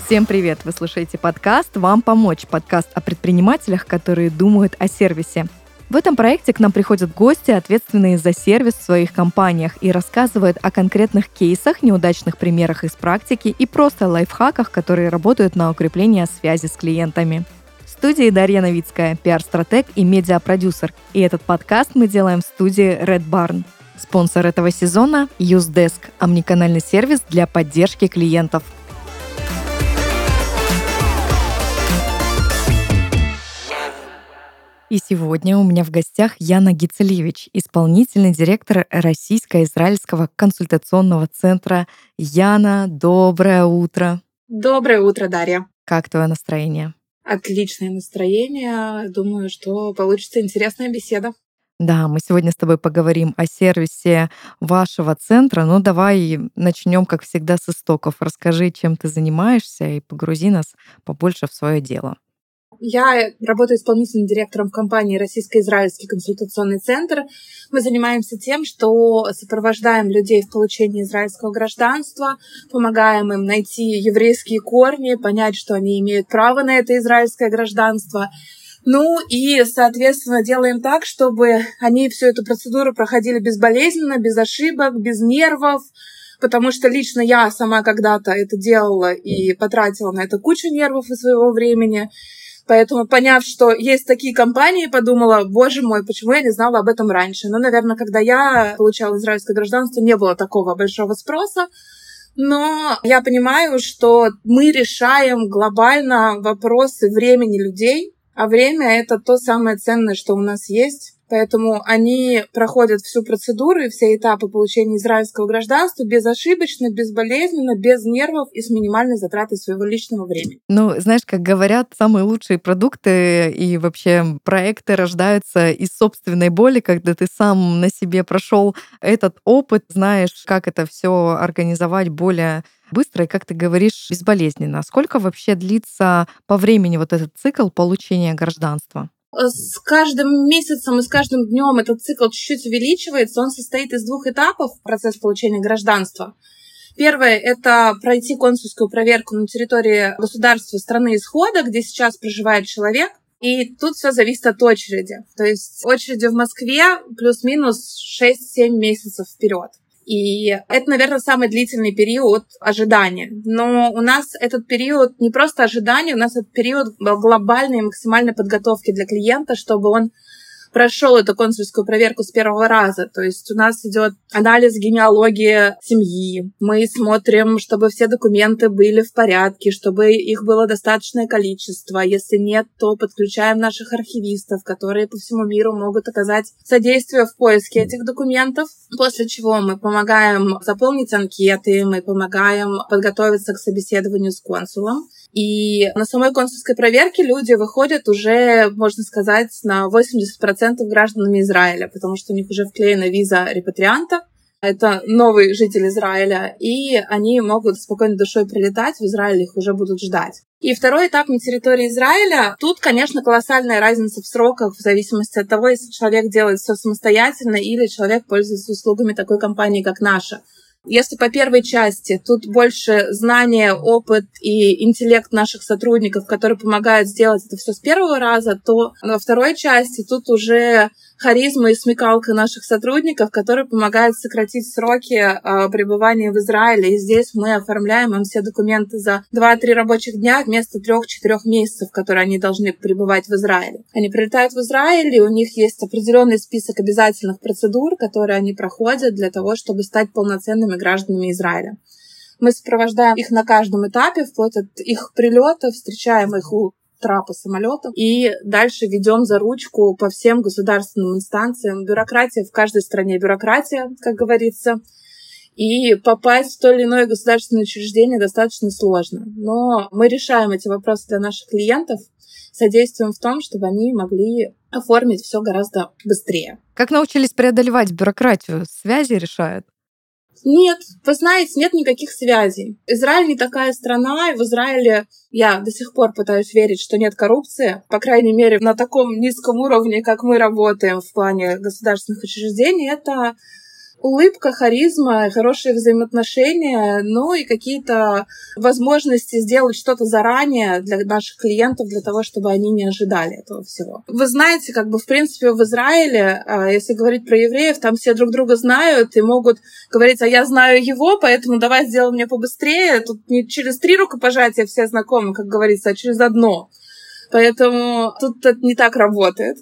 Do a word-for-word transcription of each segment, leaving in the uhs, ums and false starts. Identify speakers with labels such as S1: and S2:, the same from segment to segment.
S1: Всем привет! Вы слушаете подкаст «Вам помочь» — подкаст о предпринимателях, которые думают о сервисе. В этом проекте к нам приходят гости, ответственные за сервис в своих компаниях, и рассказывают о конкретных кейсах, неудачных примерах из практики и просто лайфхаках, которые работают на укрепление связи с клиентами. В студии Дарья Новицкая, пиар-стратег и медиапродюсер. И этот подкаст мы делаем в студии Red Barn. Спонсор этого сезона — Usedesk — омниканальный сервис для поддержки клиентов. И сегодня у меня в гостях Яна Гицелевич, исполнительный директор Российско-израильского консультационного центра. Яна, доброе утро.
S2: Доброе утро, Дарья.
S1: Как твое настроение?
S2: Отличное настроение. Думаю, что получится интересная беседа.
S1: Да, мы сегодня с тобой поговорим о сервисе вашего центра. Ну, давай начнем, как всегда, с истоков. Расскажи, чем ты занимаешься, и погрузи нас побольше в свое дело.
S2: Я работаю исполнительным директором в компании Российско-израильский консультационный центр. Мы занимаемся тем, что сопровождаем людей в получении израильского гражданства, помогаем им найти еврейские корни, понять, что они имеют право на это израильское гражданство. Ну и, соответственно, делаем так, чтобы они всю эту процедуру проходили безболезненно, без ошибок, без нервов, потому что лично я сама когда-то это делала и потратила на это кучу нервов и своего времени. Поэтому, поняв, что есть такие компании, подумала, боже мой, почему я не знала об этом раньше? Ну, наверное, когда я получала израильское гражданство, не было такого большого спроса. Но я понимаю, что мы решаем глобально вопросы времени людей, а время — это то самое ценное, что у нас есть. Поэтому они проходят всю процедуру и все этапы получения израильского гражданства безошибочно, безболезненно, без нервов и с минимальной затратой своего личного времени.
S1: Ну, знаешь, как говорят, самые лучшие продукты и вообще проекты рождаются из собственной боли, когда ты сам на себе прошел этот опыт, знаешь, как это все организовать более быстро и, как ты говоришь, безболезненно. Сколько вообще длится по времени вот этот цикл получения гражданства?
S2: С каждым месяцем и с каждым днем этот цикл чуть-чуть увеличивается. Он состоит из двух этапов, процесс получения гражданства. Первое — это пройти консульскую проверку на территории государства страны исхода, где сейчас проживает человек. И тут все зависит от очереди. То есть очереди в Москве плюс-минус шесть-семь месяцев вперед. И это, наверное, самый длительный период ожидания. Но у нас этот период не просто ожидания, у нас этот период глобальной максимальной подготовки для клиента, чтобы он прошел эту консульскую проверку с первого раза. То есть у нас идет анализ генеалогии семьи. Мы смотрим, чтобы все документы были в порядке, чтобы их было достаточное количество. Если нет, то подключаем наших архивистов, которые по всему миру могут оказать содействие в поиске этих документов. После чего мы помогаем заполнить анкеты, мы помогаем подготовиться к собеседованию с консулом. И на самой консульской проверке люди выходят уже, можно сказать, на восемьдесят процентов гражданами Израиля, потому что у них уже вклеена виза репатрианта. Это новый житель Израиля, и они могут спокойной душой прилетать в Израиль, их уже будут ждать. И второй этап на территории Израиля. Тут, конечно, колоссальная разница в сроках в зависимости от того, если человек делает все самостоятельно или человек пользуется услугами такой компании, как наша. Если по первой части тут больше знания, опыт и интеллект наших сотрудников, которые помогают сделать это все с первого раза, то во второй части тут уже харизма и смекалка наших сотрудников, которые помогают сократить сроки э, пребывания в Израиле. И здесь мы оформляем им все документы за два-три рабочих дня вместо трех-четырех месяцев, которые они должны пребывать в Израиле. Они прилетают в Израиль, и у них есть определенный список обязательных процедур, которые они проходят для того, чтобы стать полноценными гражданами Израиля. Мы сопровождаем их на каждом этапе, вплоть от их прилета, встречаем их у трапа самолета и дальше ведем за ручку по всем государственным инстанциям. Бюрократия в каждой стране, бюрократия, как говорится. И попасть в то или иное государственное учреждение достаточно сложно. Но мы решаем эти вопросы для наших клиентов, содействуем в том, чтобы они могли оформить все гораздо быстрее.
S1: Как научились преодолевать бюрократию? Связи решают?
S2: Нет, вы знаете, нет никаких связей. Израиль не такая страна, и в Израиле я до сих пор пытаюсь верить, что нет коррупции, по крайней мере, на таком низком уровне, как мы работаем в плане государственных учреждений. Это улыбка, харизма, хорошие взаимоотношения, ну и какие-то возможности сделать что-то заранее для наших клиентов, для того, чтобы они не ожидали этого всего. Вы знаете, как бы, в принципе, в Израиле, если говорить про евреев, там все друг друга знают и могут говорить: а я знаю его, поэтому давай сделай мне побыстрее. Тут не через три рукопожатия все знакомы, как говорится, а через одно. Поэтому тут это не так работает.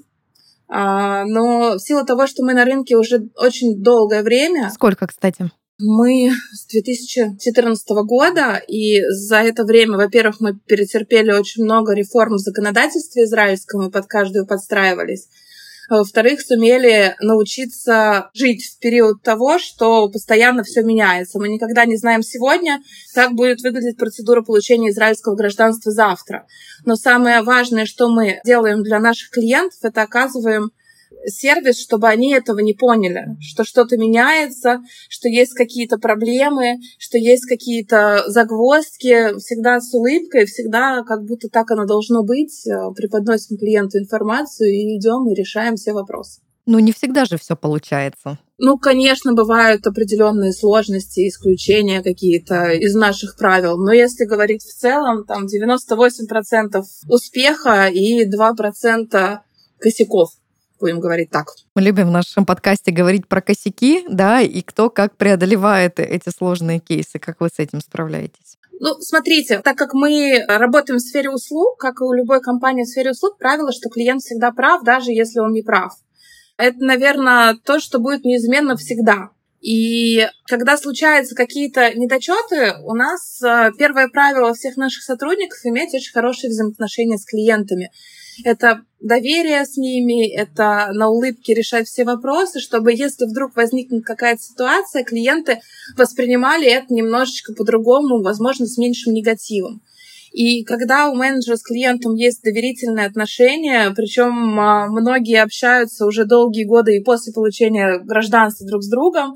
S2: А, но в силу того, что мы на рынке уже очень долгое время...
S1: Сколько, кстати?
S2: Мы с две тысячи четырнадцатого года, и за это время, во-первых, мы перетерпели очень много реформ в законодательстве израильском, и под каждую подстраивались. А во-вторых, сумели научиться жить в период того, что постоянно все меняется. Мы никогда не знаем сегодня, как будет выглядеть процедура получения израильского гражданства завтра. Но самое важное, что мы делаем для наших клиентов, это оказываем сервис, чтобы они этого не поняли, что что-то меняется, что есть какие-то проблемы, что есть какие-то загвоздки. Всегда с улыбкой, всегда как будто так оно должно быть. Преподносим клиенту информацию и идем и решаем все вопросы.
S1: Ну, не всегда же все получается.
S2: Ну, конечно, бывают определенные сложности, исключения какие-то из наших правил. Но если говорить в целом, там девяносто восемь процентов успеха и два процента косяков. Будем говорить так.
S1: Мы любим в нашем подкасте говорить про косяки, да, и кто как преодолевает эти сложные кейсы. Как вы с этим справляетесь?
S2: Ну, смотрите, так как мы работаем в сфере услуг, как и у любой компании в сфере услуг, правило, что клиент всегда прав, даже если он не прав. Это, наверное, то, что будет неизменно всегда. И когда случаются какие-то недочеты, у нас первое правило всех наших сотрудников — иметь очень хорошие взаимоотношения с клиентами. Это доверие с ними, это на улыбке решать все вопросы, чтобы, если вдруг возникнет какая-то ситуация, клиенты воспринимали это немножечко по-другому, возможно, с меньшим негативом. И когда у менеджера с клиентом есть доверительные отношения, причем многие общаются уже долгие годы и после получения гражданства друг с другом,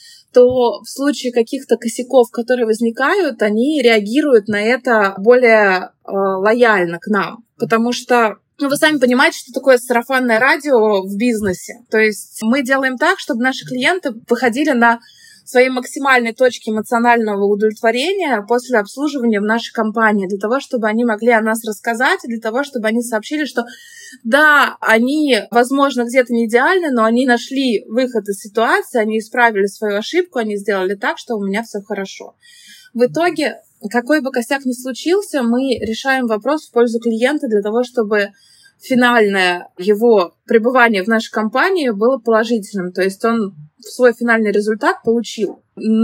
S2: то в случае каких-то косяков, которые возникают, они реагируют на это более э, лояльно к нам. Потому что, ну, вы сами понимаете, что такое сарафанное радио в бизнесе. То есть мы делаем так, чтобы наши клиенты выходили на своей максимальной точки эмоционального удовлетворения после обслуживания в нашей компании, для того, чтобы они могли о нас рассказать, и для того, чтобы они сообщили, что да, они, возможно, где-то не идеальны, но они нашли выход из ситуации, они исправили свою ошибку, они сделали так, что у меня все хорошо. В итоге, какой бы косяк ни случился, мы решаем вопрос в пользу клиента для того, чтобы финальное его пребывание в нашей компании было положительным. То есть он свой финальный результат получил.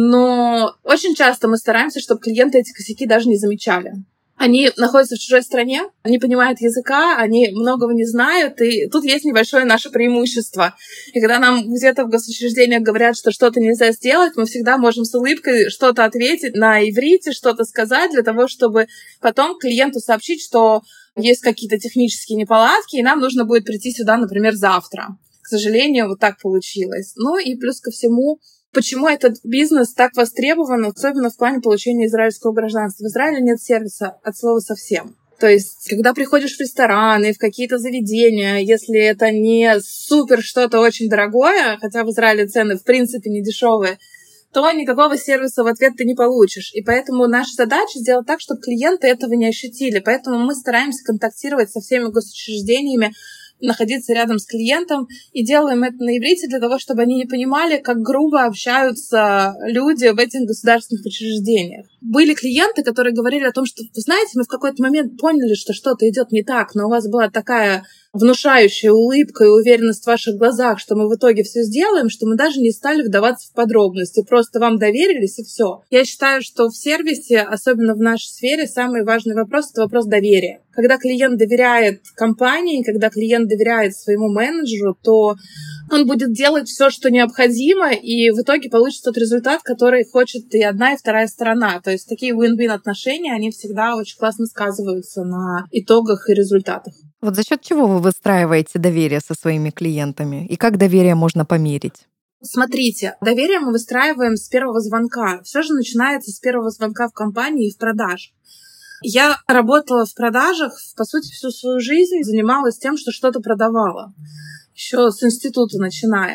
S2: Но очень часто мы стараемся, чтобы клиенты эти косяки даже не замечали. Они находятся в чужой стране, они понимают языка, они многого не знают, и тут есть небольшое наше преимущество. И когда нам где-то в госучреждениях говорят, что что-то нельзя сделать, мы всегда можем с улыбкой что-то ответить на иврите, что-то сказать для того, чтобы потом клиенту сообщить, что есть какие-то технические неполадки, и нам нужно будет прийти сюда, например, завтра. К сожалению, вот так получилось. Ну и плюс ко всему, почему этот бизнес так востребован, особенно в плане получения израильского гражданства. В Израиле нет сервиса от слова совсем. То есть, когда приходишь в рестораны, в какие-то заведения, если это не супер что-то очень дорогое, хотя в Израиле цены в принципе не дешевые, то никакого сервиса в ответ ты не получишь. И поэтому наша задача сделать так, чтобы клиенты этого не ощутили. Поэтому мы стараемся контактировать со всеми госучреждениями, находиться рядом с клиентом, и делаем это на иврите для того, чтобы они не понимали, как грубо общаются люди в этих государственных учреждениях. Были клиенты, которые говорили о том, что, вы знаете, мы в какой-то момент поняли, что что-то идет не так, но у вас была такая внушающая улыбка и уверенность в ваших глазах, что мы в итоге все сделаем, что мы даже не стали вдаваться в подробности, просто вам доверились и все. Я считаю, что в сервисе, особенно в нашей сфере, самый важный вопрос — это вопрос доверия. Когда клиент доверяет компании, когда клиент доверяет своему менеджеру, то он будет делать все, что необходимо, и в итоге получится тот результат, который хочет и одна, и вторая сторона. То есть такие win-win отношения, они всегда очень классно сказываются на итогах и результатах.
S1: Вот за счет чего вы выстраиваете доверие со своими клиентами? И как доверие можно померить?
S2: Смотрите, доверие мы выстраиваем с первого звонка. Все же начинается с первого звонка в компании и в продажах. Я работала в продажах, по сути, всю свою жизнь занималась тем, что что-то продавала. Еще с института начиная.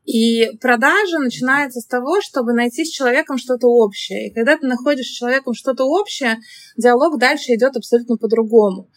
S2: И продажа начинается с того, чтобы найти с человеком что-то общее. И когда ты находишь с человеком что-то общее, диалог дальше идет абсолютно по-другому.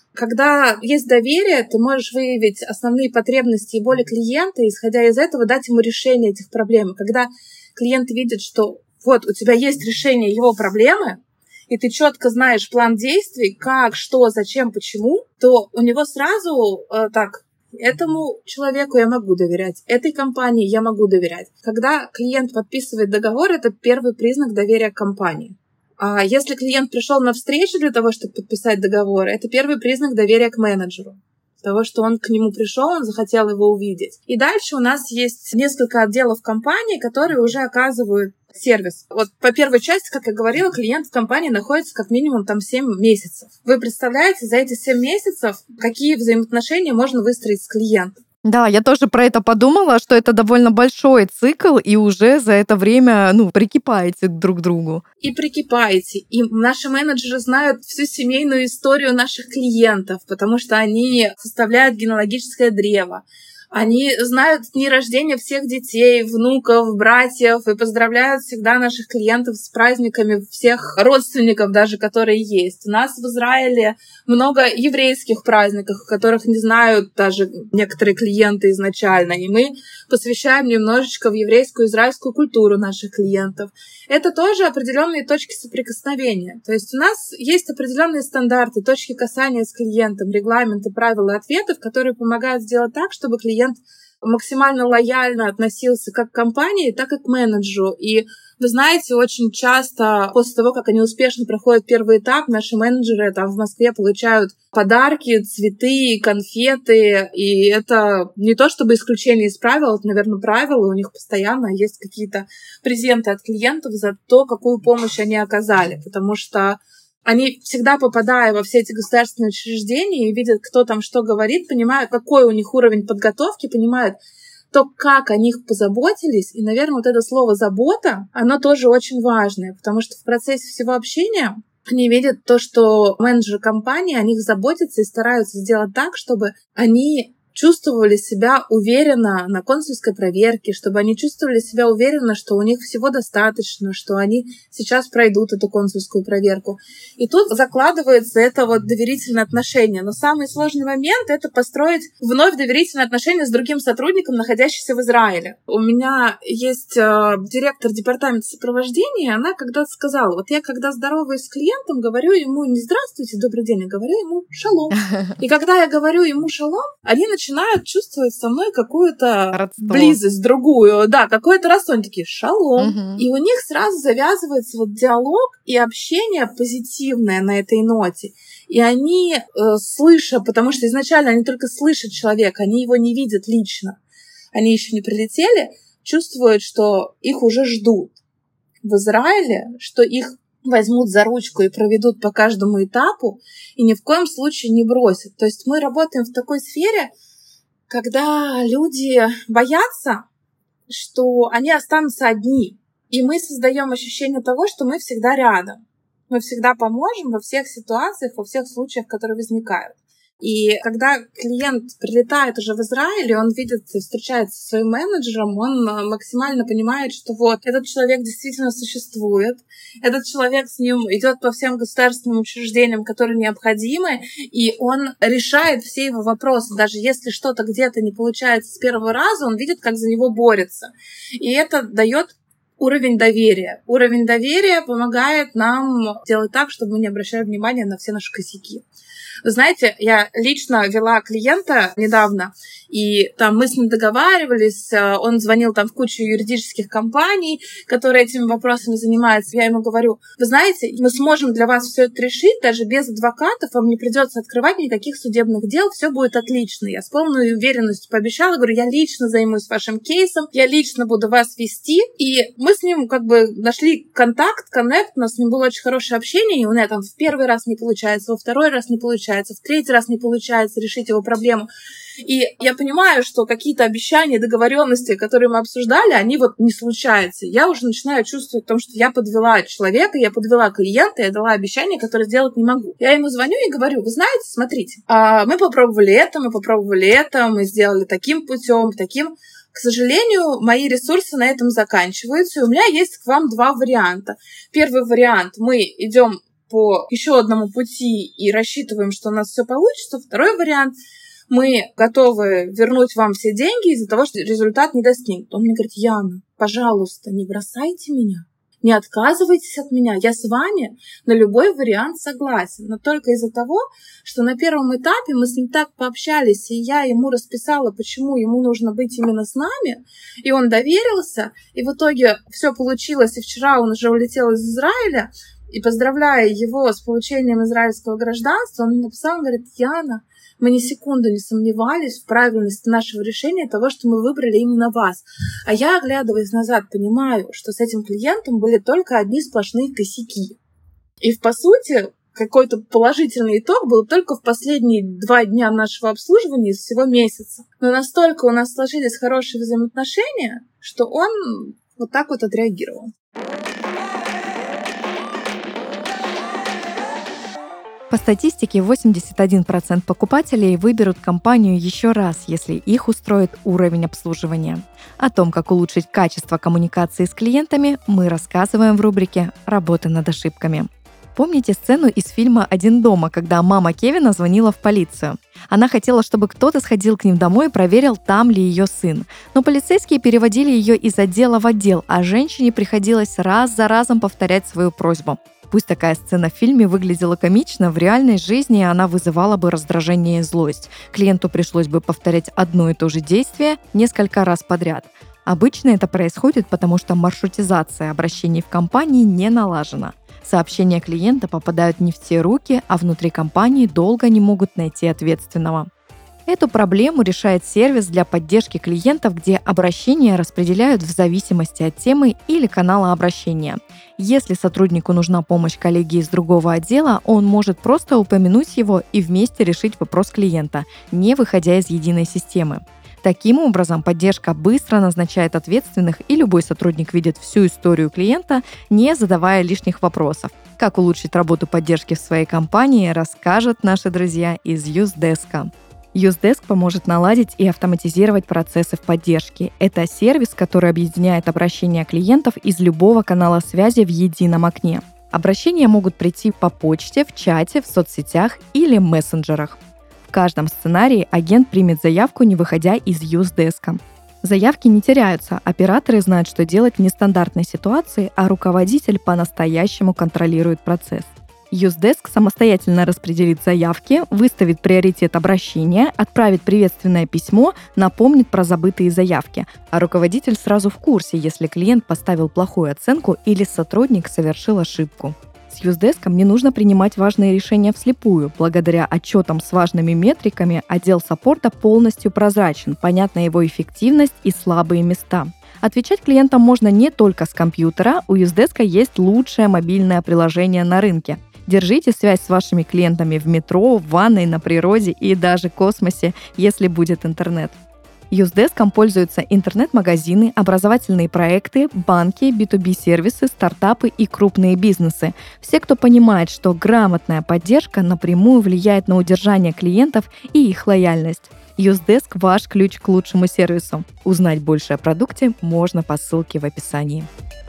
S2: Когда есть доверие, ты можешь выявить основные потребности и боли клиента, и, исходя из этого, дать ему решение этих проблем. Когда клиент видит, что вот у тебя есть решение его проблемы, и ты четко знаешь план действий, как, что, зачем, почему, то у него сразу э, так... Этому человеку я могу доверять, этой компании я могу доверять. Когда клиент подписывает договор, это первый признак доверия к компании. А если клиент пришел на встречу для того, чтобы подписать договор, это первый признак доверия к менеджеру. Того, что он к нему пришел, он захотел его увидеть. И дальше у нас есть несколько отделов компании, которые уже оказывают сервис. Вот по первой части, как я говорила, клиент в компании находится как минимум там семь месяцев. Вы представляете, за эти семь месяцев какие взаимоотношения можно выстроить с клиентом?
S1: Да, я тоже про это подумала, что это довольно большой цикл, и уже за это время, ну, прикипаете друг к другу.
S2: И прикипаете. И наши менеджеры знают всю семейную историю наших клиентов, потому что они составляют генеалогическое древо. Они знают дни рождения всех детей, внуков, братьев и поздравляют всегда наших клиентов с праздниками всех родственников даже, которые есть. У нас в Израиле много еврейских праздников, которых не знают даже некоторые клиенты изначально. И мы посвящаем немножечко в еврейскую израильскую культуру наших клиентов. Это тоже определенные точки соприкосновения. То есть у нас есть определенные стандарты, точки касания с клиентом, регламенты, правила ответов, которые помогают сделать так, чтобы клиент максимально лояльно относился как к компании, так и к менеджеру. И вы знаете, очень часто после того, как они успешно проходят первый этап, наши менеджеры там в Москве получают подарки, цветы, конфеты. И это не то чтобы исключение из правил, это, наверное, правила. У них постоянно есть какие-то презенты от клиентов за то, какую помощь они оказали. Потому что они всегда, попадая во все эти государственные учреждения и видят, кто там что говорит, понимают, какой у них уровень подготовки, понимают то, как о них позаботились. И, наверное, вот это слово «забота», оно тоже очень важное, потому что в процессе всего общения они видят то, что менеджеры компании о них заботятся и стараются сделать так, чтобы они чувствовали себя уверенно на консульской проверке, чтобы они чувствовали себя уверенно, что у них всего достаточно, что они сейчас пройдут эту консульскую проверку. И тут закладывается это вот доверительное отношение. Но самый сложный момент — это построить вновь доверительные отношения с другим сотрудником, находящимся в Израиле. У меня есть э, директор департамента сопровождения, она когда-то сказала, вот я когда здороваюсь с клиентом, говорю ему не «здравствуйте, добрый день», а говорю ему «шалом». И когда я говорю ему «шалом», они начинают начинают чувствовать со мной какую-то
S1: родство.
S2: Близость другую, да, какое-то родство. Они такие «шалом».
S1: Угу.
S2: И у них сразу завязывается вот диалог и общение позитивное на этой ноте. И они, э, слыша, потому что изначально они только слышат человека, они его не видят лично, они еще не прилетели, чувствуют, что их уже ждут в Израиле, что их возьмут за ручку и проведут по каждому этапу, и ни в коем случае не бросят. То есть мы работаем в такой сфере, когда люди боятся, что они останутся одни. И мы создаем ощущение того, что мы всегда рядом. Мы всегда поможем во всех ситуациях, во всех случаях, которые возникают. И когда клиент прилетает уже в Израиль, он видит, встречается со своим менеджером, он максимально понимает, что вот этот человек действительно существует, этот человек с ним идет по всем государственным учреждениям, которые необходимы, и он решает все его вопросы. Даже если что-то где-то не получается с первого раза, он видит, как за него борется. И это дает уровень доверия. Уровень доверия помогает нам делать так, чтобы мы не обращали внимания на все наши косяки. Вы знаете, я лично вела клиента недавно, и там мы с ним договаривались, он звонил там в кучу юридических компаний, которые этими вопросами занимаются. Я ему говорю, вы знаете, мы сможем для вас все это решить, даже без адвокатов, вам не придется открывать никаких судебных дел, все будет отлично. Я с полной уверенностью пообещала, говорю, я лично займусь вашим кейсом, я лично буду вас вести. И мы с ним как бы нашли контакт, коннект, у нас с ним было очень хорошее общение, и у меня там в первый раз не получается, во второй раз не получается, в третий раз не получается решить его проблему. И я понимаю, что какие-то обещания, договоренности, которые мы обсуждали, они вот не случаются. Я уже начинаю чувствовать, потому что я подвела человека, я подвела клиента, я дала обещание, которое сделать не могу. Я ему звоню и говорю, вы знаете, смотрите, мы попробовали это, мы попробовали это, мы сделали таким путем, таким. К сожалению, мои ресурсы на этом заканчиваются, и у меня есть к вам два варианта. Первый вариант — мы идем по еще одному пути и рассчитываем, что у нас все получится. Второй вариант — мы готовы вернуть вам все деньги из-за того, что результат не достигнут. Он мне говорит: Яна, пожалуйста, не бросайте меня. Не отказывайтесь от меня, я с вами на любой вариант согласен. Но только из-за того, что на первом этапе мы с ним так пообщались, и я ему расписала, почему ему нужно быть именно с нами, и он доверился, и в итоге все получилось, и вчера он уже улетел из Израиля, и поздравляя его с получением израильского гражданства, он мне написал, он говорит: Яна, мы ни секунды не сомневались в правильности нашего решения того, что мы выбрали именно вас. А я, оглядываясь назад, понимаю, что с этим клиентом были только одни сплошные косяки. И, по сути, какой-то положительный итог был только в последние два дня нашего обслуживания из всего месяца. Но настолько у нас сложились хорошие взаимоотношения, что он вот так вот отреагировал.
S1: По статистике, восемьдесят один процент покупателей выберут компанию еще раз, если их устроит уровень обслуживания. О том, как улучшить качество коммуникации с клиентами, мы рассказываем в рубрике «Работа над ошибками». Помните сцену из фильма «Один дома», когда мама Кевина звонила в полицию? Она хотела, чтобы кто-то сходил к ним домой и проверил, там ли ее сын. Но полицейские переводили ее из отдела в отдел, а женщине приходилось раз за разом повторять свою просьбу. Пусть такая сцена в фильме выглядела комично, в реальной жизни она вызывала бы раздражение и злость. Клиенту пришлось бы повторять одно и то же действие несколько раз подряд. Обычно это происходит, потому что маршрутизация обращений в компании не налажена. Сообщения клиента попадают не в те руки, а внутри компании долго не могут найти ответственного. Эту проблему решает сервис для поддержки клиентов, где обращения распределяют в зависимости от темы или канала обращения. Если сотруднику нужна помощь коллеги из другого отдела, он может просто упомянуть его и вместе решить вопрос клиента, не выходя из единой системы. Таким образом, поддержка быстро назначает ответственных, и любой сотрудник видит всю историю клиента, не задавая лишних вопросов. Как улучшить работу поддержки в своей компании, расскажут наши друзья из Usedesk. Usedesk поможет наладить и автоматизировать процессы в поддержке. Это сервис, который объединяет обращения клиентов из любого канала связи в едином окне. Обращения могут прийти по почте, в чате, в соцсетях или мессенджерах. В каждом сценарии агент примет заявку, не выходя из Usedesk. Заявки не теряются, операторы знают, что делать в нестандартной ситуации, а руководитель по-настоящему контролирует процесс. Usedesk самостоятельно распределит заявки, выставит приоритет обращения, отправит приветственное письмо, напомнит про забытые заявки, а руководитель сразу в курсе, если клиент поставил плохую оценку или сотрудник совершил ошибку. С Usedesk не нужно принимать важные решения вслепую. Благодаря отчетам с важными метриками отдел саппорта полностью прозрачен, понятна его эффективность и слабые места. Отвечать клиентам можно не только с компьютера, у Usedesk есть лучшее мобильное приложение на рынке. Держите связь с вашими клиентами в метро, в ванной, на природе и даже в космосе, если будет интернет. Usedesk пользуются интернет-магазины, образовательные проекты, банки, би ту би-сервисы, стартапы и крупные бизнесы. Все, кто понимает, что грамотная поддержка напрямую влияет на удержание клиентов и их лояльность. Usedesk – ваш ключ к лучшему сервису. Узнать больше о продукте можно по ссылке в описании.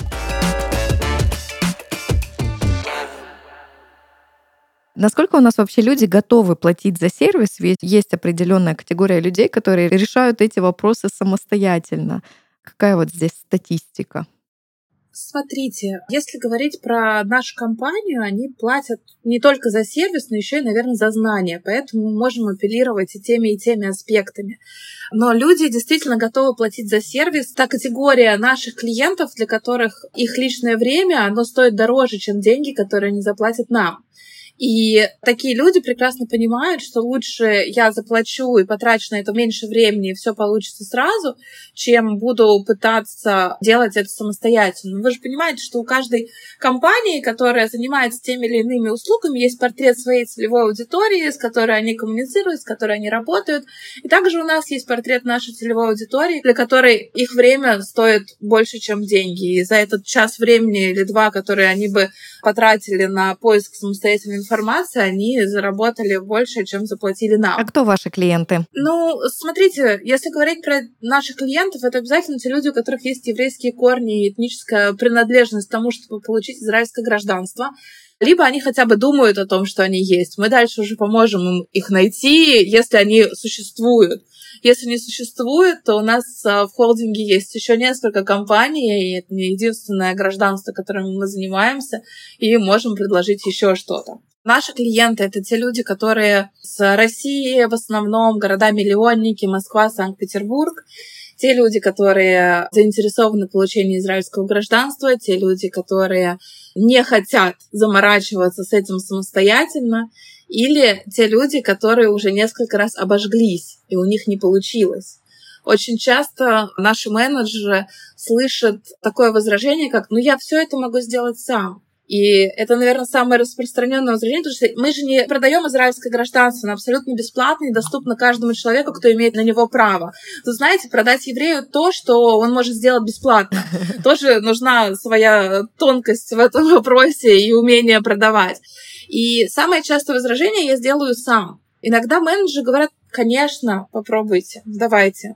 S1: Насколько у нас вообще люди готовы платить за сервис? Ведь есть определенная категория людей, которые решают эти вопросы самостоятельно. Какая вот здесь статистика?
S2: Смотрите, если говорить про нашу компанию, они платят не только за сервис, но еще и, наверное, за знания. Поэтому мы можем апеллировать и теми, и теми аспектами. Но люди действительно готовы платить за сервис. Та категория наших клиентов, для которых их личное время, оно стоит дороже, чем деньги, которые они заплатят нам. И такие люди прекрасно понимают, что лучше я заплачу и потрачу на это меньше времени, и все получится сразу, чем буду пытаться делать это самостоятельно. Вы же понимаете, что у каждой компании, которая занимается теми или иными услугами, есть портрет своей целевой аудитории, с которой они коммуницируют, с которой они работают. И также у нас есть портрет нашей целевой аудитории, для которой их время стоит больше, чем деньги. И за этот час времени или два, которые они бы потратили на поиск самостоятельной информации, информации они заработали больше, чем заплатили нам.
S1: А кто ваши клиенты?
S2: Ну, смотрите, если говорить про наших клиентов, это обязательно те люди, у которых есть еврейские корни и этническая принадлежность к тому, чтобы получить израильское гражданство. Либо они хотя бы думают о том, что они есть. Мы дальше уже поможем им их найти, если они существуют. Если не существует, то у нас в холдинге есть еще несколько компаний, и это не единственное гражданство, которым мы занимаемся, и можем предложить еще что-то. Наши клиенты — это те люди, которые с России, в основном города-миллионники, Москва, Санкт-Петербург, те люди, которые заинтересованы в получении израильского гражданства, те люди, которые не хотят заморачиваться с этим самостоятельно, или те люди, которые уже несколько раз обожглись, и у них не получилось. Очень часто наши менеджеры слышат такое возражение, как «ну я все это могу сделать сам». И это, наверное, самое распространенное возражение, потому что мы же не продаем израильское гражданство, оно абсолютно бесплатно и доступно каждому человеку, кто имеет на него право. Вы знаете, продать еврею то, что он может сделать бесплатно. Тоже нужна своя тонкость в этом вопросе и умение продавать. И самое частое возражение я сделаю сам. Иногда менеджеры говорят: конечно, попробуйте, давайте.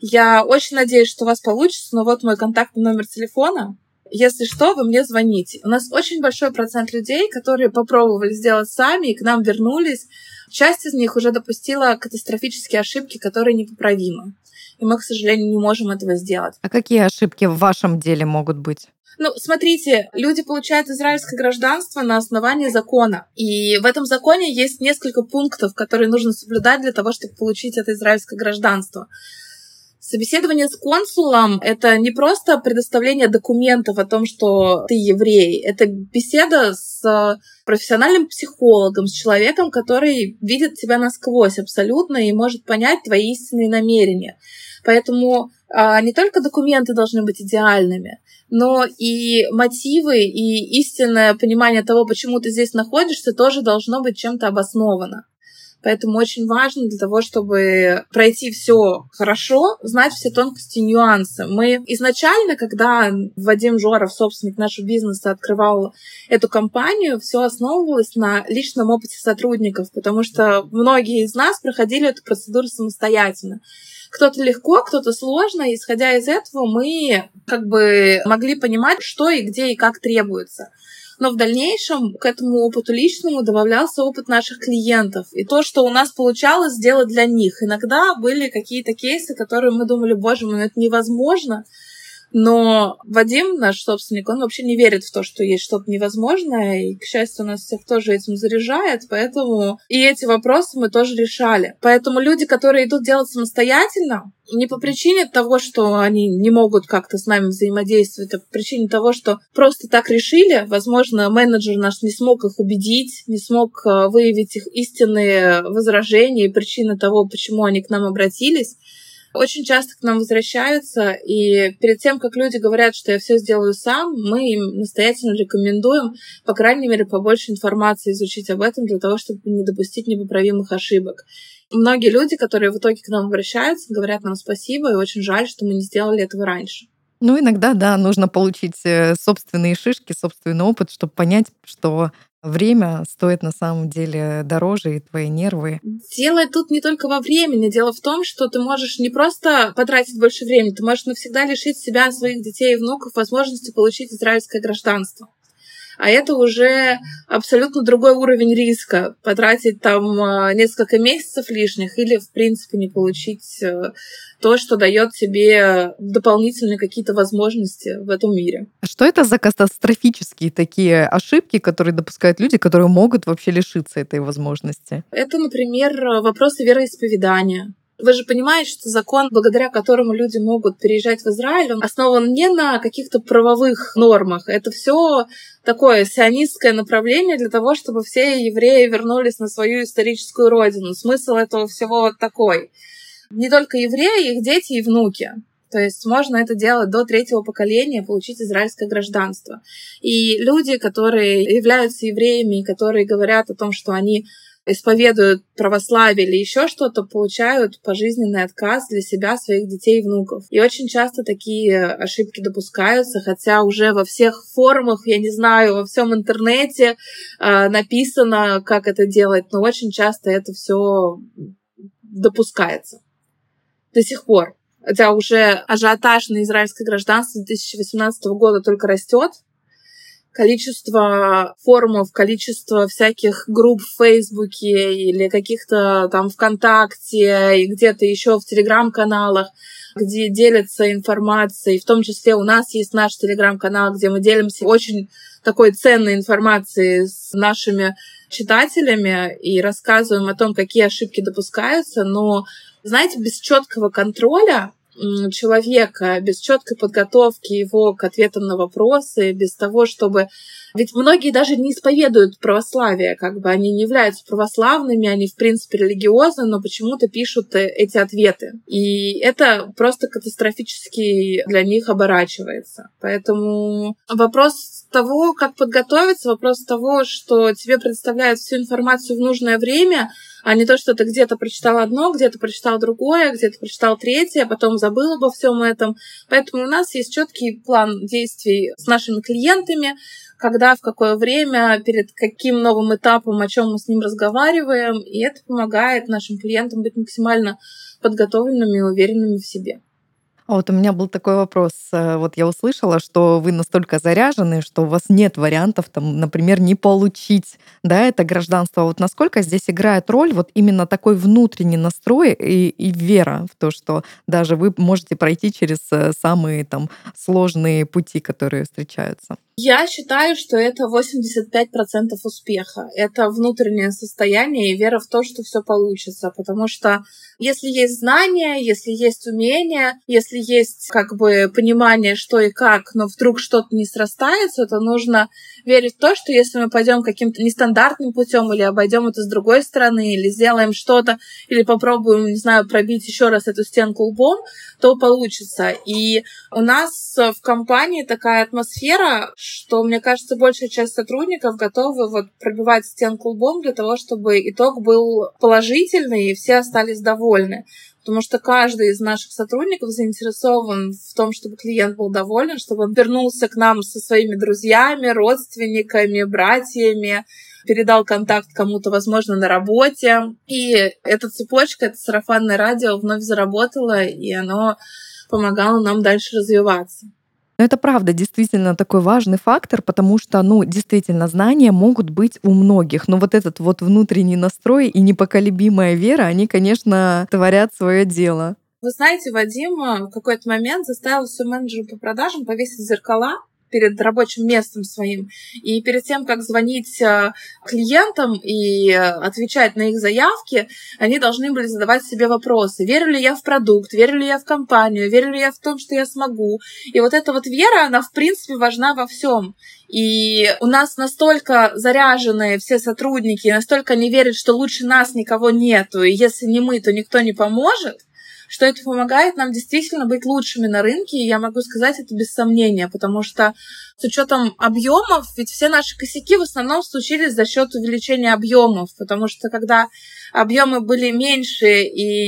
S2: Я очень надеюсь, что у вас получится, но вот мой контактный номер телефона. Если что, вы мне звоните. У нас очень большой процент людей, которые попробовали сделать сами и к нам вернулись. Часть из них уже допустила катастрофические ошибки, которые непоправимы. И мы, к сожалению, не можем этого сделать.
S1: А какие ошибки в вашем деле могут быть?
S2: Ну, смотрите, люди получают израильское гражданство на основании закона. И в этом законе есть несколько пунктов, которые нужно соблюдать для того, чтобы получить это израильское гражданство. Собеседование с консулом — это не просто предоставление документов о том, что ты еврей. Это беседа с профессиональным психологом, с человеком, который видит тебя насквозь абсолютно и может понять твои истинные намерения. Поэтому а, не только документы должны быть идеальными, но и мотивы, и истинное понимание того, почему ты здесь находишься, тоже должно быть чем-то обосновано. Поэтому очень важно для того, чтобы пройти все хорошо, знать все тонкости и нюансы. Мы изначально, когда Вадим Жоров, собственник нашего бизнеса, открывал эту компанию, все основывалось на личном опыте сотрудников, потому что многие из нас проходили эту процедуру самостоятельно. Кто-то легко, кто-то сложно. И, исходя из этого, мы как бы могли понимать, что и где и как требуется. Но в дальнейшем к этому опыту личному добавлялся опыт наших клиентов. И то, что у нас получалось сделать для них. Иногда были какие-то кейсы, которые мы думали: боже мой, это невозможно. Но Вадим, наш собственник, он вообще не верит в то, что есть что-то невозможное. И, к счастью, у нас всех тоже этим заряжает. Поэтому и эти вопросы мы тоже решали. Поэтому люди, которые идут делать самостоятельно, не по причине того, что они не могут как-то с нами взаимодействовать, а по причине того, что просто так решили. Возможно, менеджер наш не смог их убедить, не смог выявить их истинные возражения и причины того, почему они к нам обратились. Очень часто к нам возвращаются, и перед тем, как люди говорят, что я все сделаю сам, мы им настоятельно рекомендуем, по крайней мере, побольше информации изучить об этом, для того, чтобы не допустить непоправимых ошибок. Многие люди, которые в итоге к нам обращаются, говорят нам спасибо, и очень жаль, что мы не сделали этого раньше.
S1: Ну, иногда, да, нужно получить собственные шишки, собственный опыт, чтобы понять, что время стоит на самом деле дороже, и твои нервы.
S2: Дело тут не только во времени. Дело в том, что ты можешь не просто потратить больше времени, ты можешь навсегда лишить себя, своих детей и внуков возможности получить израильское гражданство. А это уже абсолютно другой уровень риска. Потратить там несколько месяцев лишних или, в принципе, не получить то, что дает тебе дополнительные какие-то возможности в этом мире.
S1: А что это за катастрофические такие ошибки, которые допускают люди, которые могут вообще лишиться этой возможности?
S2: Это, например, вопросы вероисповедания. Вы же понимаете, что закон, благодаря которому люди могут переезжать в Израиль, он основан не на каких-то правовых нормах. Это все такое сионистское направление для того, чтобы все евреи вернулись на свою историческую родину. Смысл этого всего вот такой. Не только евреи, их дети и внуки. То есть можно это делать до третьего поколения, получить израильское гражданство. И люди, которые являются евреями, которые говорят о том, что они исповедуют православие или еще что-то, получают пожизненный отказ для себя, своих детей и внуков. И очень часто такие ошибки допускаются, хотя уже во всех форумах, я не знаю, во всем интернете э, написано, как это делать, но очень часто это все допускается до сих пор. Хотя уже ажиотаж на израильское гражданство с две тысячи восемнадцатого года только растет. Количество форумов, количество всяких групп в Фейсбуке или каких-то там ВКонтакте и где-то еще в Телеграм-каналах, где делятся информацией. В том числе у нас есть наш Телеграм-канал, где мы делимся очень такой ценной информацией с нашими читателями и рассказываем о том, какие ошибки допускаются. Но, знаете, без четкого контроля человека, без четкой подготовки его к ответам на вопросы, без того, чтобы... Ведь многие даже не исповедуют православие, как бы они не являются православными, они, в принципе, религиозны, но почему-то пишут эти ответы. И это просто катастрофически для них оборачивается. Поэтому вопрос того, как подготовиться, вопрос того, что тебе предоставляют всю информацию в нужное время, а не то, что ты где-то прочитал одно, где-то прочитал другое, где-то прочитал третье, а потом забыл обо всем этом. Поэтому у нас есть четкий план действий с нашими клиентами, когда, в какое время, перед каким новым этапом, о чем мы с ним разговариваем, и это помогает нашим клиентам быть максимально подготовленными и уверенными в себе.
S1: А вот у меня был такой вопрос. Вот я услышала, что вы настолько заряжены, что у вас нет вариантов, там, например, не получить, да, это гражданство. Вот насколько здесь играет роль вот именно такой внутренний настрой и, и вера в то, что даже вы можете пройти через самые там сложные пути, которые встречаются?
S2: Я считаю, что это восемьдесят пять процентов успеха. Это внутреннее состояние и вера в то, что все получится. Потому что если есть знания, если есть умения, если есть как бы понимание, что и как, но вдруг что-то не срастается, то нужно верить в то, что если мы пойдем каким-то нестандартным путем или обойдем это с другой стороны, или сделаем что-то, или попробуем, не знаю, пробить еще раз эту стенку лбом, то получится. И у нас в компании такая атмосфера, что, мне кажется, большая часть сотрудников готовы вот пробивать стенку лбом для того, чтобы итог был положительный и все остались довольны. Потому что каждый из наших сотрудников заинтересован в том, чтобы клиент был доволен, чтобы он вернулся к нам со своими друзьями, родственниками, братьями, передал контакт кому-то, возможно, на работе. И эта цепочка, это сарафанное радио вновь заработало, и оно помогало нам дальше развиваться.
S1: Но это правда действительно такой важный фактор, потому что, ну, действительно, знания могут быть у многих, но вот этот вот внутренний настрой и непоколебимая вера, они, конечно, творят свое дело.
S2: Вы знаете, Вадим в какой-то момент заставил все менеджеры по продажам повесить зеркала перед рабочим местом своим. И перед тем, как звонить клиентам и отвечать на их заявки, они должны были задавать себе вопросы. Верю ли я в продукт? Верю ли я в компанию? Верю ли я в том, что я смогу? И вот эта вот вера, она, в принципе, важна во всем. И у нас настолько заряженные все сотрудники, настолько они верят, что лучше нас никого нету, и если не мы, то никто не поможет, что это помогает нам действительно быть лучшими на рынке, и я могу сказать это без сомнения, потому что с учетом объемов, ведь все наши косяки в основном случились за счет увеличения объемов, потому что когда объемы были меньше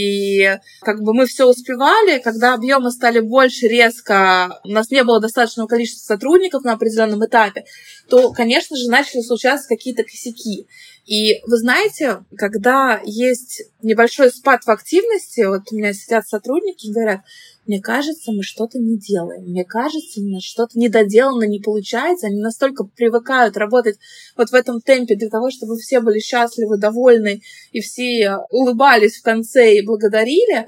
S2: и как бы мы все успевали, когда объемы стали больше резко, у нас не было достаточного количества сотрудников на определенном этапе, то, конечно же, начали случаться какие-то косяки. И вы знаете, когда есть небольшой спад в активности, вот у меня сидят сотрудники и говорят: мне кажется, мы что-то не делаем, мне кажется, у нас что-то недоделано, не получается. Они настолько привыкают работать вот в этом темпе для того, чтобы все были счастливы, довольны, и все улыбались в конце и благодарили,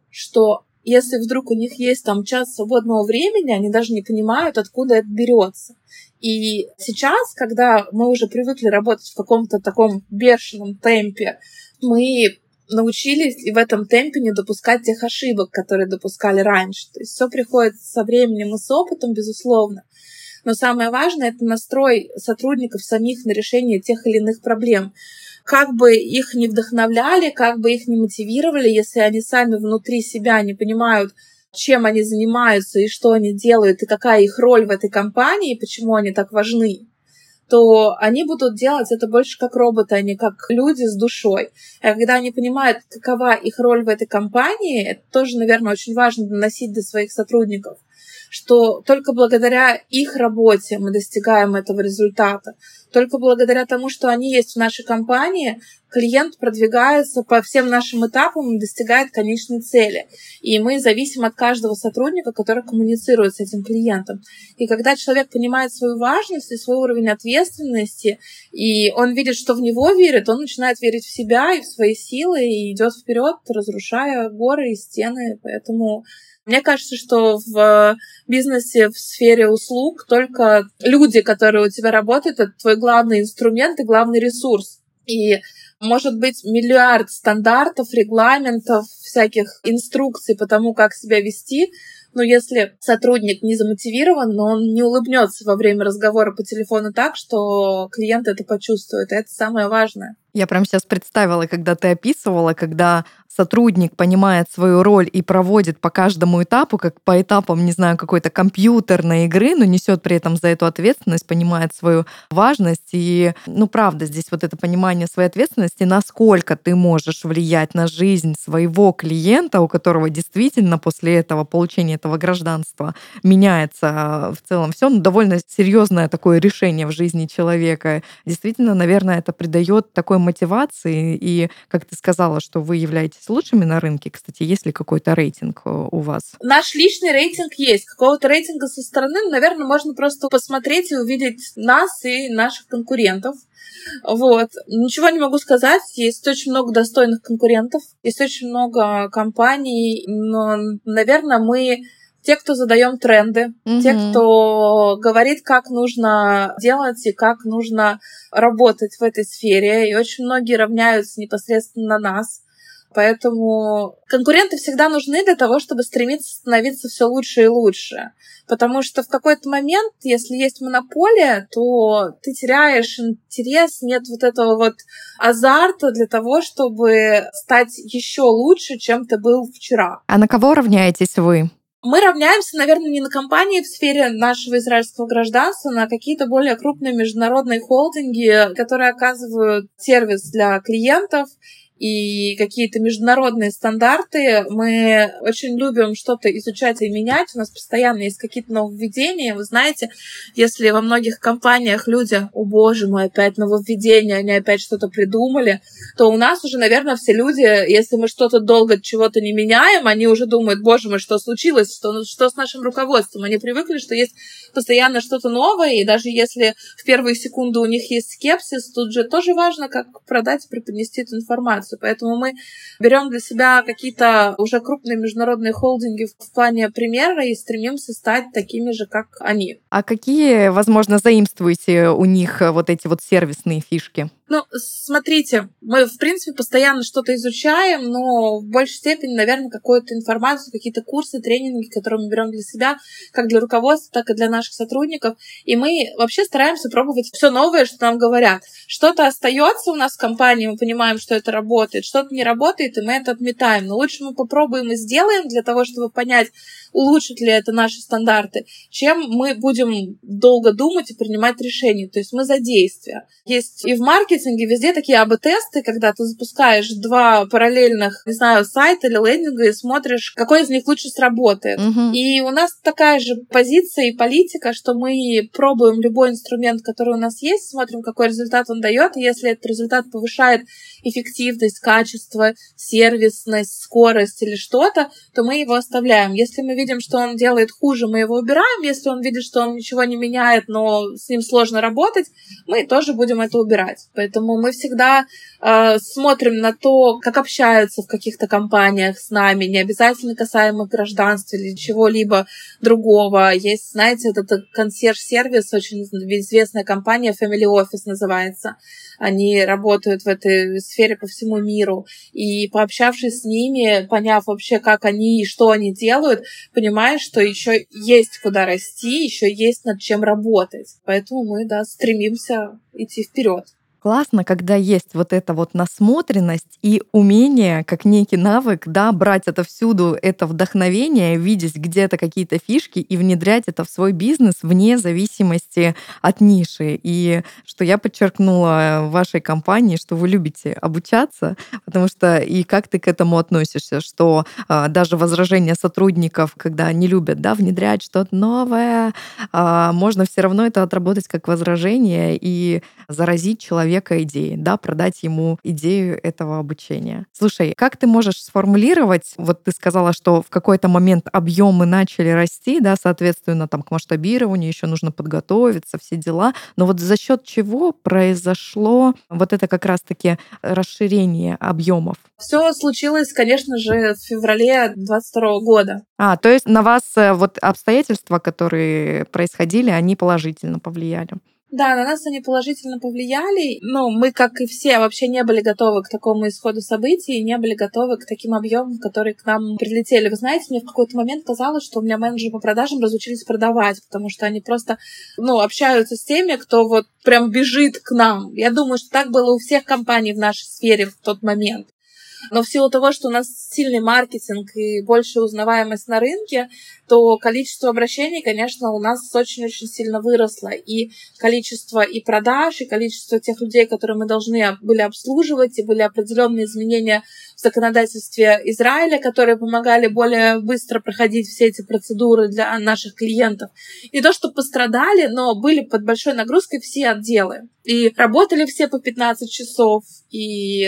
S2: что если вдруг у них есть там час свободного времени, они даже не понимают, откуда это берется. И сейчас, когда мы уже привыкли работать в каком-то таком бешеном темпе, мы научились и в этом темпе не допускать тех ошибок, которые допускали раньше. То есть все приходит со временем и с опытом, безусловно. Но самое важное — это настрой сотрудников самих на решение тех или иных проблем. Как бы их ни вдохновляли, как бы их ни мотивировали, если они сами внутри себя не понимают, чем они занимаются и что они делают, и какая их роль в этой компании, и почему они так важны, то они будут делать это больше как роботы, а не как люди с душой. А когда они понимают, какова их роль в этой компании, это тоже, наверное, очень важно доносить до своих сотрудников, что только благодаря их работе мы достигаем этого результата. Только благодаря тому, что они есть в нашей компании, клиент продвигается по всем нашим этапам и достигает конечной цели. И мы зависим от каждого сотрудника, который коммуницирует с этим клиентом. И когда человек понимает свою важность и свой уровень ответственности, и он видит, что в него верит, он начинает верить в себя и в свои силы, и идет вперед, разрушая горы и стены. Поэтому мне кажется, что в бизнесе, в сфере услуг только люди, которые у тебя работают, это твой главный инструмент и главный ресурс. И может быть миллиард стандартов, регламентов, всяких инструкций по тому, как себя вести, но если сотрудник не замотивирован, но он не улыбнется во время разговора по телефону так, что клиент это почувствует. И это самое важное.
S1: Я прям сейчас представила, когда ты описывала, когда сотрудник понимает свою роль и проводит по каждому этапу, как по этапам, не знаю, какой-то компьютерной игры, но несет при этом за эту ответственность, понимает свою важность. И, ну, правда, здесь вот это понимание своей ответственности, насколько ты можешь влиять на жизнь своего клиента, у которого действительно после этого получения этого гражданства меняется в целом все, ну, довольно серьезное такое решение в жизни человека. Действительно, наверное, это придает такой мотивации. И, как ты сказала, что вы являетесь лучшими на рынке, кстати, есть ли какой-то рейтинг у вас?
S2: Наш личный рейтинг есть. Какого-то рейтинга со стороны, наверное, можно просто посмотреть и увидеть нас и наших конкурентов. Вот. Ничего не могу сказать. Есть очень много достойных конкурентов, есть очень много компаний, но, наверное, мы те, кто задаем тренды, mm-hmm. те, кто говорит, как нужно делать и как нужно работать в этой сфере. И очень многие равняются непосредственно на нас. Поэтому конкуренты всегда нужны для того, чтобы стремиться становиться все лучше и лучше. Потому что в какой-то момент, если есть монополия, то ты теряешь интерес, нет вот этого вот азарта для того, чтобы стать еще лучше, чем ты был вчера.
S1: А на кого равняетесь вы?
S2: Мы равняемся, наверное, не на компании в сфере нашего израильского гражданства, на какие-то более крупные международные холдинги, которые оказывают сервис для клиентов и какие-то международные стандарты. Мы очень любим что-то изучать и менять. У нас постоянно есть какие-то нововведения. Вы знаете, если во многих компаниях люди, о боже мой, опять нововведения, они опять что-то придумали, то у нас уже, наверное, все люди, если мы что-то долго чего-то не меняем, они уже думают, боже мой, что случилось, что, что с нашим руководством. Они привыкли, что есть постоянно что-то новое, и даже если в первые секунды у них есть скепсис, тут же тоже важно, как продать и преподнести эту информацию. Поэтому мы берем для себя какие-то уже крупные международные холдинги в плане примера и стремимся стать такими же, как они.
S1: А какие, возможно, заимствуете у них вот эти вот сервисные фишки?
S2: Ну, смотрите, мы, в принципе, постоянно что-то изучаем, но в большей степени, наверное, какую-то информацию, какие-то курсы, тренинги, которые мы берем для себя, как для руководства, так и для наших сотрудников. И мы вообще стараемся пробовать все новое, что нам говорят. Что-то остается у нас в компании, мы понимаем, что это работает, что-то не работает, и мы это отметаем. Но лучше мы попробуем и сделаем для того, чтобы понять, улучшит ли это наши стандарты, чем мы будем долго думать и принимать решения. То есть мы за действия. Есть и в маркетинге, везде такие эй би-тесты, когда ты запускаешь два параллельных, не знаю, сайта или лендинга и смотришь, какой из них лучше сработает. Uh-huh. И у нас такая же позиция и политика, что мы пробуем любой инструмент, который у нас есть, смотрим, какой результат он дает, и если этот результат повышает эффективность, качество, сервисность, скорость или что-то, то мы его оставляем. Если мы видим, что он делает хуже, мы его убираем. Если он видит, что он ничего не меняет, но с ним сложно работать, мы тоже будем это убирать. Поэтому мы всегда э, смотрим на то, как общаются в каких-то компаниях с нами, не обязательно касаемо гражданства или чего-либо другого. Есть, знаете, этот консьерж-сервис, очень известная компания, Family Office называется. Они работают в этой сфере по всему миру. И пообщавшись с ними, поняв вообще, как они и что они делают, понимаешь, что еще есть куда расти, еще есть над чем работать. Поэтому мы, да, стремимся идти вперед.
S1: классно, когда есть вот эта вот насмотренность и умение, как некий навык, да, брать отовсюду это вдохновение, видеть где-то какие-то фишки и внедрять это в свой бизнес вне зависимости от ниши. И что я подчеркнула в вашей компании, что вы любите обучаться, потому что и как ты к этому относишься, что а, даже возражения сотрудников, когда они любят, да, внедрять что-то новое, а, можно все равно это отработать как возражение и заразить человека идеей, да, продать ему идею этого обучения. Слушай, как ты можешь сформулировать, вот ты сказала, что в какой-то момент объемы начали расти, да, соответственно, там к масштабированию еще нужно подготовиться, все дела, но вот за счет чего произошло вот это как раз-таки расширение объемов?
S2: Все случилось, конечно же, в феврале двадцать второго года.
S1: А, то есть на вас э, вот обстоятельства, которые происходили, они положительно повлияли?
S2: Да, на нас они положительно повлияли. Ну, мы, как и все, вообще не были готовы к такому исходу событий, не были готовы к таким объемам, которые к нам прилетели. Вы знаете, мне в какой-то момент казалось, что у меня менеджеры по продажам разучились продавать, потому что они просто, ну, общаются с теми, кто вот прям бежит к нам. Я думаю, что так было у всех компаний в нашей сфере в тот момент. Но в силу того, что у нас сильный маркетинг и большая узнаваемость на рынке, то количество обращений, конечно, у нас очень-очень сильно выросло. И количество и продаж, и количество тех людей, которые мы должны были обслуживать, и были определенные изменения в законодательстве Израиля, которые помогали более быстро проходить все эти процедуры для наших клиентов. Не то, что пострадали, но были под большой нагрузкой все отделы. И работали все по пятнадцать часов, и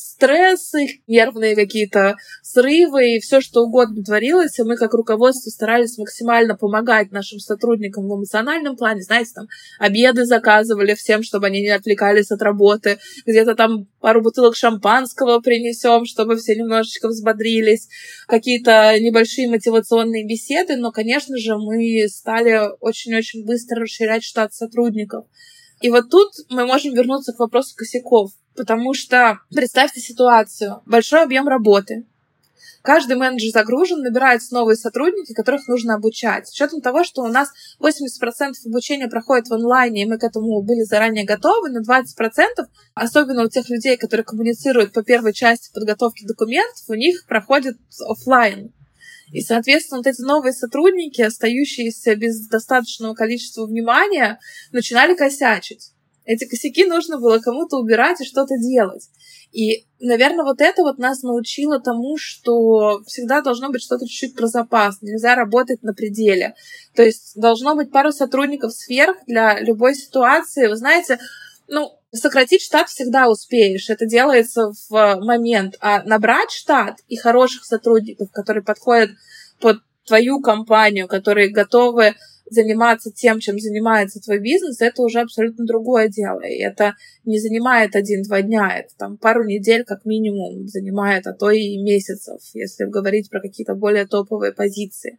S2: стрессы, нервные какие-то срывы, и все что угодно творилось. И мы, как руководство, старались максимально помогать нашим сотрудникам в эмоциональном плане. Знаете, там обеды заказывали всем, чтобы они не отвлекались от работы. Где-то там пару бутылок шампанского принесем, чтобы все немножечко взбодрились. Какие-то небольшие мотивационные беседы. Но, конечно же, мы стали очень-очень быстро расширять штат сотрудников. И вот тут мы можем вернуться к вопросу косяков, потому что представьте ситуацию. Большой объем работы. Каждый менеджер загружен, набираются новые сотрудники, которых нужно обучать. С учетом того, что у нас восемьдесят процентов обучения проходит в онлайне, и мы к этому были заранее готовы, но двадцать процентов, особенно у тех людей, которые коммуницируют по первой части подготовки документов, у них проходит офлайн. И, соответственно, вот эти новые сотрудники, остающиеся без достаточного количества внимания, начинали косячить. Эти косяки нужно было кому-то убирать и что-то делать. И, наверное, вот это вот нас научило тому, что всегда должно быть что-то чуть-чуть про запас. Нельзя работать на пределе. То есть должно быть пару сотрудников сверх для любой ситуации. Вы знаете, ну, сократить штат всегда успеешь. Это делается в момент. А набрать штат и хороших сотрудников, которые подходят под твою компанию, которые готовы заниматься тем, чем занимается твой бизнес, это уже абсолютно другое дело. И это не занимает один-два дня, это там пару недель как минимум занимает, а то и месяцев, если говорить про какие-то более топовые позиции.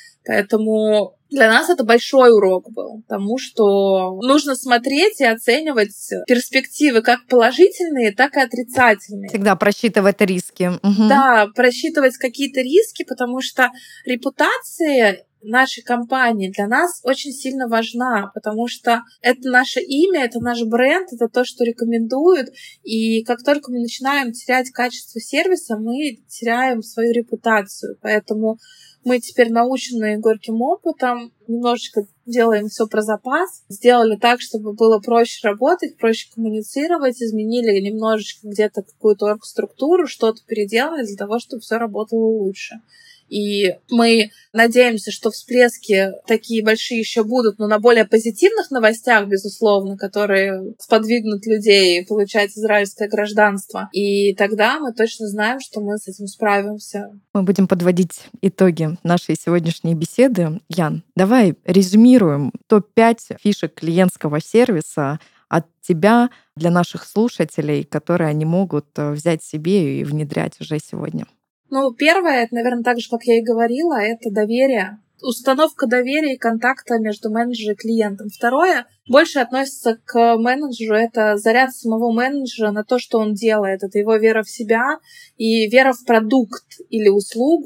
S2: Поэтому для нас это большой урок был, потому что нужно смотреть и оценивать перспективы как положительные, так и отрицательные.
S1: Всегда просчитывать риски. Угу.
S2: Да, просчитывать какие-то риски, потому что репутация нашей компании для нас очень сильно важна, потому что это наше имя, это наш бренд, это то, что рекомендуют. И как только мы начинаем терять качество сервиса, мы теряем свою репутацию. Поэтому мы теперь, наученные горьким опытом, немножечко делаем все про запас, сделали так, чтобы было проще работать, проще коммуницировать, изменили немножечко где-то какую-то оргструктуру, что-то переделали для того, чтобы все работало лучше. И мы надеемся, что всплески такие большие еще будут, но на более позитивных новостях, безусловно, которые сподвигнут людей получать израильское гражданство. И тогда мы точно знаем, что мы с этим справимся.
S1: Мы будем подводить итоги нашей сегодняшней беседы. Ян, давай резюмируем топ пять фишек клиентского сервиса от тебя для наших слушателей, которые они могут взять себе и внедрять уже сегодня.
S2: Ну, первое, это, наверное, так же, как я и говорила, это доверие. Установка доверия и контакта между менеджером и клиентом. Второе, больше относится к менеджеру, это заряд самого менеджера на то, что он делает. Это его вера в себя и вера в продукт или услугу,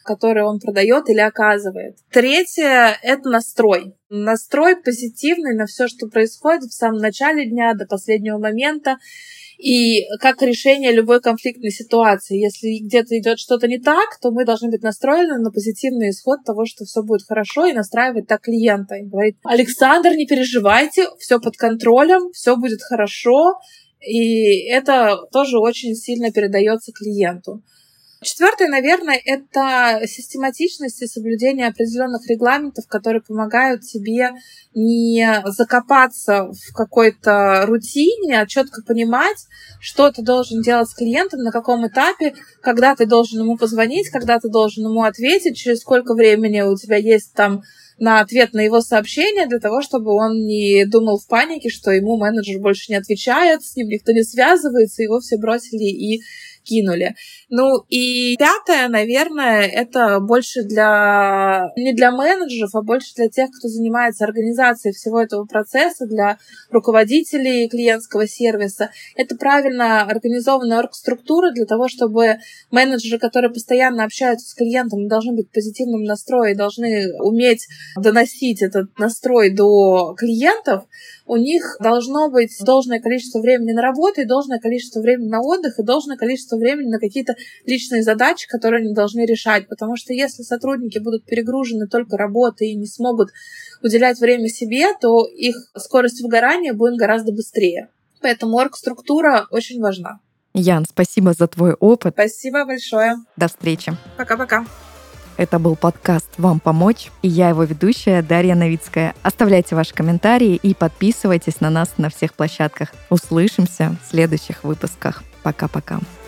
S2: которые он продает или оказывает. Третье — это настрой. Настрой позитивный на все, что происходит в самом начале дня до последнего момента. И как решение любой конфликтной ситуации. Если где-то идет что-то не так, то мы должны быть настроены на позитивный исход того, что все будет хорошо, и настраивать так клиента. И говорить: Александр, не переживайте, все под контролем, все будет хорошо. И это тоже очень сильно передается клиенту. Четвертое, наверное, это систематичность и соблюдение определенных регламентов, которые помогают тебе не закопаться в какой-то рутине, а четко понимать, что ты должен делать с клиентом, на каком этапе, когда ты должен ему позвонить, когда ты должен ему ответить, через сколько времени у тебя есть там на ответ на его сообщение, для того, чтобы он не думал в панике, что ему менеджер больше не отвечает, с ним никто не связывается, его все бросили и кинули. Ну и пятое, наверное, это больше для не для менеджеров, а больше для тех, кто занимается организацией всего этого процесса, для руководителей клиентского сервиса. Это правильно организованная оргструктура для того, чтобы менеджеры, которые постоянно общаются с клиентом, должны быть в позитивном настрое, должны уметь доносить этот настрой до клиентов. У них должно быть должное количество времени на работу, и должное количество времени на отдых, и должное количество времени на какие-то личные задачи, которые они должны решать. Потому что если сотрудники будут перегружены только работой и не смогут уделять время себе, то их скорость выгорания будет гораздо быстрее. Поэтому оргструктура очень важна.
S1: Ян, спасибо за твой опыт.
S2: Спасибо большое.
S1: До встречи.
S2: Пока-пока.
S1: Это был подкаст «Вам помочь», и я его ведущая Дарья Новицкая. Оставляйте ваши комментарии и подписывайтесь на нас на всех площадках. Услышимся в следующих выпусках. Пока-пока.